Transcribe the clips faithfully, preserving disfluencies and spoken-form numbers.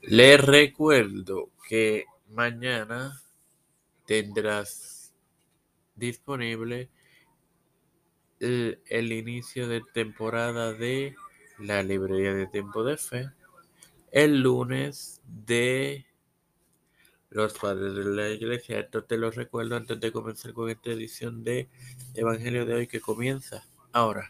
Les recuerdo que mañana tendrás disponible el, el inicio de temporada de la librería de Tiempo de Fe. El lunes de los padres de la iglesia. Esto te lo recuerdo antes de comenzar con esta edición de Evangelio de hoy que comienza ahora.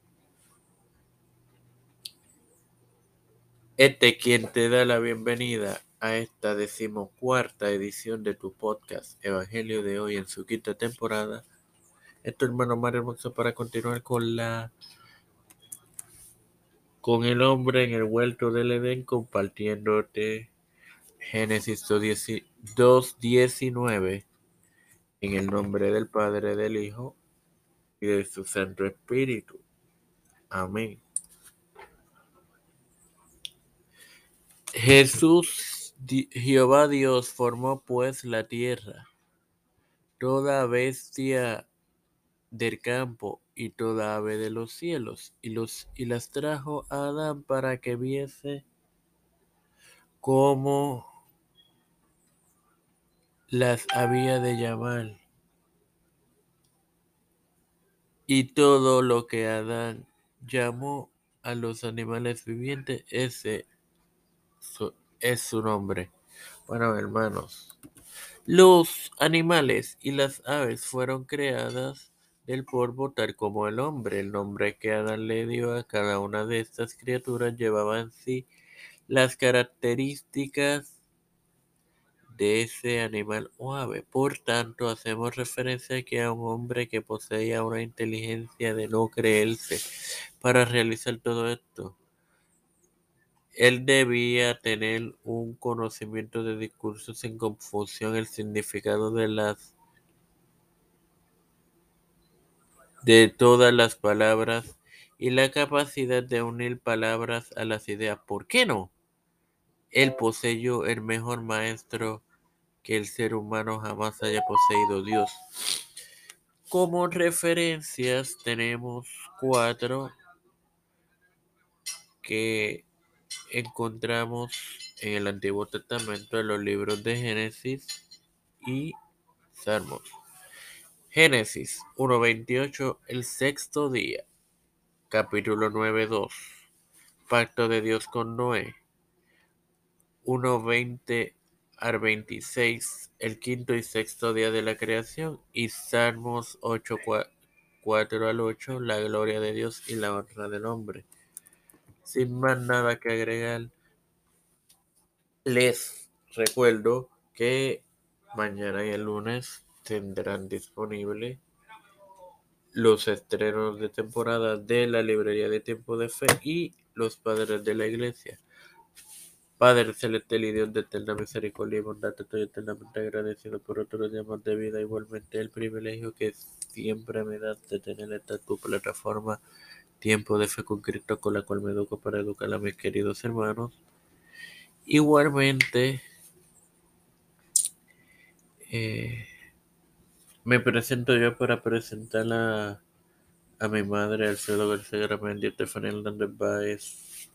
Este quien te da la bienvenida a esta decimocuarta edición de tu podcast Evangelio de hoy en su quinta temporada. Es tu hermano Mario Hermoso para continuar con la con el hombre en el huerto del Edén, compartiéndote Génesis dos diecinueve en el nombre del Padre, del Hijo y de su Santo Espíritu. Amén. Jesús, Jehová Dios, formó pues la tierra, toda bestia del campo y toda ave de los cielos, y, los, y las trajo a Adán para que viese cómo las había de llamar. Y todo lo que Adán llamó a los animales vivientes, ese es su nombre. Bueno, hermanos, los animales y las aves fueron creadas del polvo tal como el hombre. El nombre que Adán le dio a cada una de estas criaturas llevaba en sí las características de ese animal o ave. Por tanto, hacemos referencia aquí a un hombre que poseía una inteligencia de no creerse para realizar todo esto. Él debía tener un conocimiento de discursos sin confusión, el significado de las de todas las palabras y la capacidad de unir palabras a las ideas. ¿Por qué no? Él poseyó el mejor maestro que el ser humano jamás haya poseído, Dios. Como referencias tenemos cuatro que encontramos en el Antiguo Testamento, en los libros de Génesis y Salmos. Génesis uno veintiocho, el sexto día. Capítulo nueve dos, Pacto de Dios con Noé. uno veinte al veintiséis, el quinto y sexto día de la creación. Y Salmos ocho cuatro al ocho, la gloria de Dios y la honra del hombre. Sin más nada que agregar, les recuerdo que mañana y el lunes tendrán disponible los estrenos de temporada de la librería de Tiempo de Fe y los padres de la iglesia. Padre celestial y Dios de eterna misericordia y bondad, te estoy eternamente agradecido por otros días más de vida, igualmente el privilegio que siempre me das de tener esta tu plataforma Tiempo de Fe con Cristo, con la cual me educo para educar a mis queridos hermanos. Igualmente, eh, me presento yo para presentar a, a mi madre, Alfredo García Garamendi, Estefanía Hernández Báez,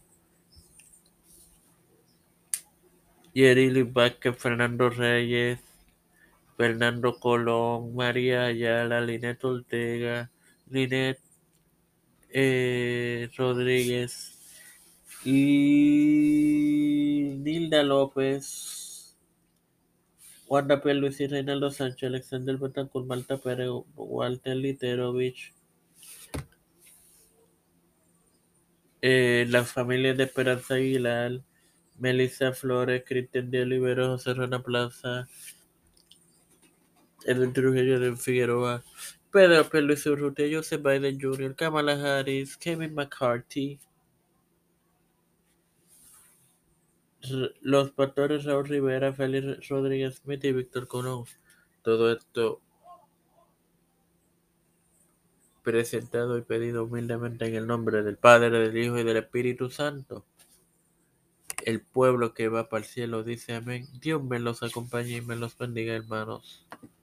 Yerili Vázquez, Fernando Reyes, Fernando Colón, María Ayala, Linet Ortega, Linet eh, Rodríguez, y Nilda López, Wanda P. Luis y Reinaldo Sánchez, Alexander Betancourt, Malta Pérez, Walter Literovich, eh, las familias de Esperanza Aguilar, Melissa Flores, Cristian de Olivero, José Rona Plaza, Edwin Trujillo de Figueroa, Pedro P. Luis Urrutia, Joseph Biden junior, Kamala Harris, Kevin McCarthy, R- los pastores Raúl Rivera, Félix Rodríguez Smith y Víctor Colón. Todo esto presentado y pedido humildemente en el nombre del Padre, del Hijo y del Espíritu Santo. El pueblo que va para el cielo dice amén. Dios me los acompañe y me los bendiga, hermanos.